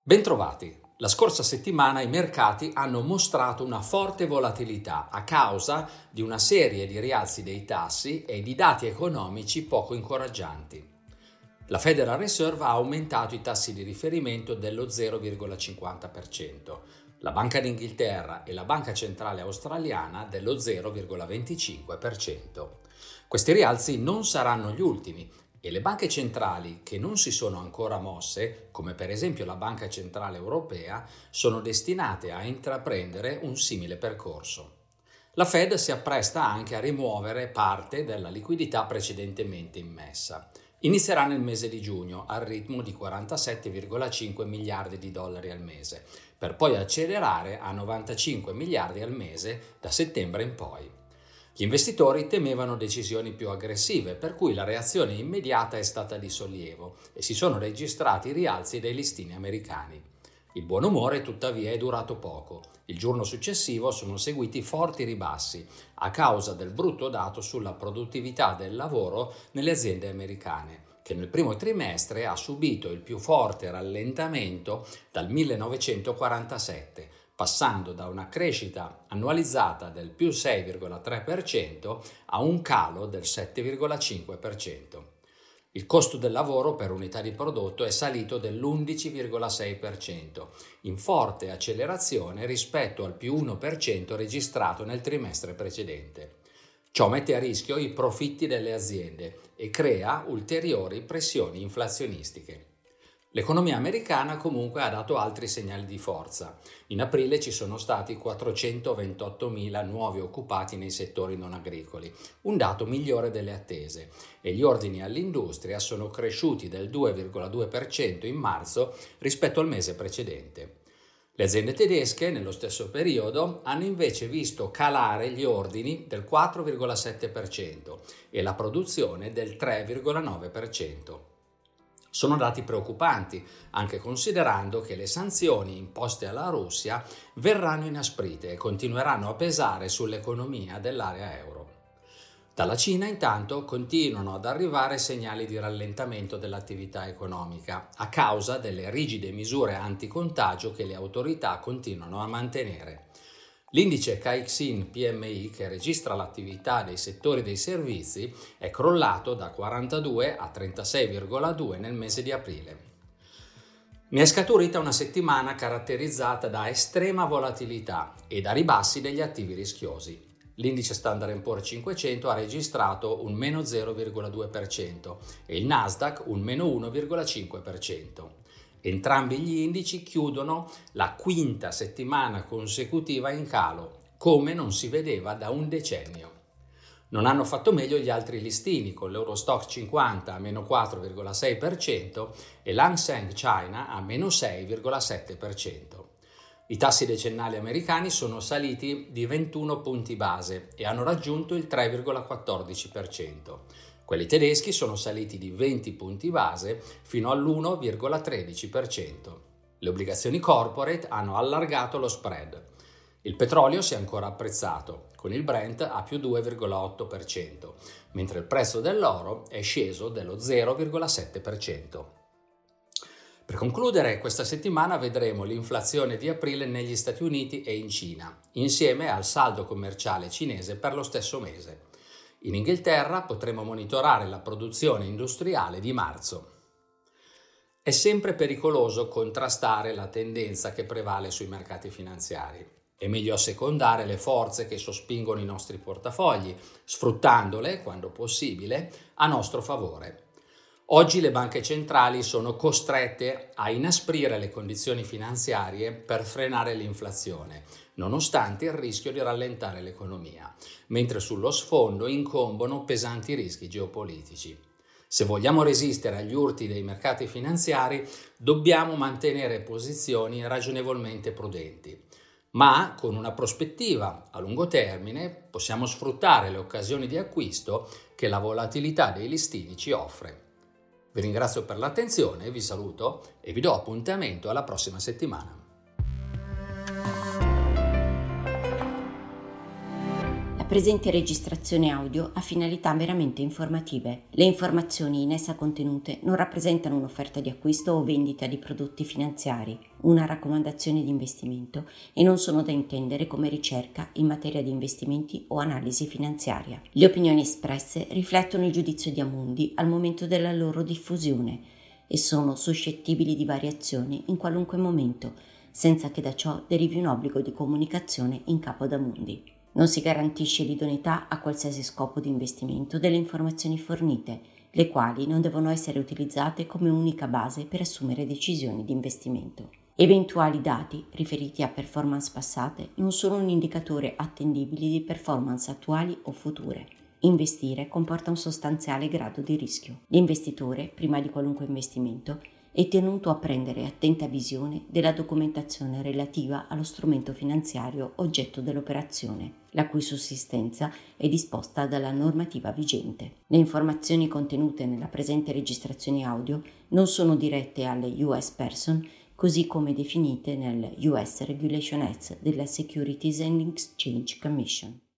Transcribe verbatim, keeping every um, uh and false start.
Bentrovati! La scorsa settimana i mercati hanno mostrato una forte volatilità a causa di una serie di rialzi dei tassi e di dati economici poco incoraggianti. La Federal Reserve ha aumentato i tassi di riferimento dello zero virgola cinquanta per cento, la Banca d'Inghilterra e la Banca Centrale Australiana dello zero virgola venticinque per cento. Questi rialzi non saranno gli ultimi e le banche centrali che non si sono ancora mosse, come per esempio la Banca Centrale Europea, sono destinate a intraprendere un simile percorso. La Fed si appresta anche a rimuovere parte della liquidità precedentemente immessa. Inizierà nel mese di giugno al ritmo di quarantasette virgola cinque miliardi di dollari al mese, per poi accelerare a novantacinque miliardi al mese da settembre in poi. Gli investitori temevano decisioni più aggressive, per cui la reazione immediata è stata di sollievo e si sono registrati rialzi dei listini americani. Il buon umore tuttavia è durato poco. Il giorno successivo sono seguiti forti ribassi a causa del brutto dato sulla produttività del lavoro nelle aziende americane, che nel primo trimestre ha subito il più forte rallentamento dal millenovecentoquarantasette, passando da una crescita annualizzata del più sei virgola tre per cento a un calo del sette virgola cinque per cento. Il costo del lavoro per unità di prodotto è salito dell'undici virgola sei per cento, in forte accelerazione rispetto al più uno per cento registrato nel trimestre precedente. Ciò mette a rischio i profitti delle aziende e crea ulteriori pressioni inflazionistiche. L'economia americana comunque ha dato altri segnali di forza. In aprile ci sono stati quattrocentoventottomila nuovi occupati nei settori non agricoli, un dato migliore delle attese, e gli ordini all'industria sono cresciuti del due virgola due per cento in marzo rispetto al mese precedente. Le aziende tedesche nello stesso periodo hanno invece visto calare gli ordini del quattro virgola sette per cento e la produzione del tre virgola nove per cento. Sono dati preoccupanti, anche considerando che le sanzioni imposte alla Russia verranno inasprite e continueranno a pesare sull'economia dell'area euro. Dalla Cina, intanto, continuano ad arrivare segnali di rallentamento dell'attività economica a causa delle rigide misure anticontagio che le autorità continuano a mantenere. L'indice Caixin P M I, che registra l'attività dei settori dei servizi, è crollato da quarantadue a trentasei virgola due nel mese di aprile. Ne è scaturita una settimana caratterizzata da estrema volatilità e da ribassi degli attivi rischiosi. L'indice Standard and Poor's cinquecento ha registrato un meno zero virgola due per cento e il Nasdaq un meno uno virgola cinque per cento. Entrambi gli indici chiudono la quinta settimana consecutiva in calo, come non si vedeva da un decennio. Non hanno fatto meglio gli altri listini, con l'Eurostoxx cinquanta a meno quattro virgola sei per cento e l'Hang Seng China a meno sei virgola sette per cento. I tassi decennali americani sono saliti di ventuno punti base e hanno raggiunto il tre virgola quattordici per cento. Quelli tedeschi sono saliti di venti punti base fino all'uno virgola tredici per cento. Le obbligazioni corporate hanno allargato lo spread. Il petrolio si è ancora apprezzato, con il Brent a più due virgola otto per cento, mentre il prezzo dell'oro è sceso dello zero virgola sette per cento. Per concludere, questa settimana vedremo l'inflazione di aprile negli Stati Uniti e in Cina, insieme al saldo commerciale cinese per lo stesso mese. In Inghilterra potremo monitorare la produzione industriale di marzo. È sempre pericoloso contrastare la tendenza che prevale sui mercati finanziari. È meglio assecondare le forze che sospingono i nostri portafogli, sfruttandole, quando possibile, a nostro favore. Oggi le banche centrali sono costrette a inasprire le condizioni finanziarie per frenare l'inflazione, nonostante il rischio di rallentare l'economia, mentre sullo sfondo incombono pesanti rischi geopolitici. Se vogliamo resistere agli urti dei mercati finanziari, dobbiamo mantenere posizioni ragionevolmente prudenti, ma con una prospettiva a lungo termine possiamo sfruttare le occasioni di acquisto che la volatilità dei listini ci offre. Vi ringrazio per l'attenzione, vi saluto e vi do appuntamento alla prossima settimana. La presente registrazione audio ha finalità meramente informative. Le informazioni in essa contenute non rappresentano un'offerta di acquisto o vendita di prodotti finanziari, una raccomandazione di investimento e non sono da intendere come ricerca in materia di investimenti o analisi finanziaria. Le opinioni espresse riflettono il giudizio di Amundi al momento della loro diffusione e sono suscettibili di variazioni in qualunque momento, senza che da ciò derivi un obbligo di comunicazione in capo ad Amundi. Non si garantisce l'idoneità a qualsiasi scopo di investimento delle informazioni fornite, le quali non devono essere utilizzate come unica base per assumere decisioni di investimento. Eventuali dati riferiti a performance passate non sono un indicatore attendibile di performance attuali o future. Investire comporta un sostanziale grado di rischio. L'investitore, prima di qualunque investimento, è tenuto a prendere attenta visione della documentazione relativa allo strumento finanziario oggetto dell'operazione, la cui sussistenza è disposta dalla normativa vigente. Le informazioni contenute nella presente registrazione audio non sono dirette alle U S Person, così come definite nel U S Regulation Act della Securities and Exchange Commission.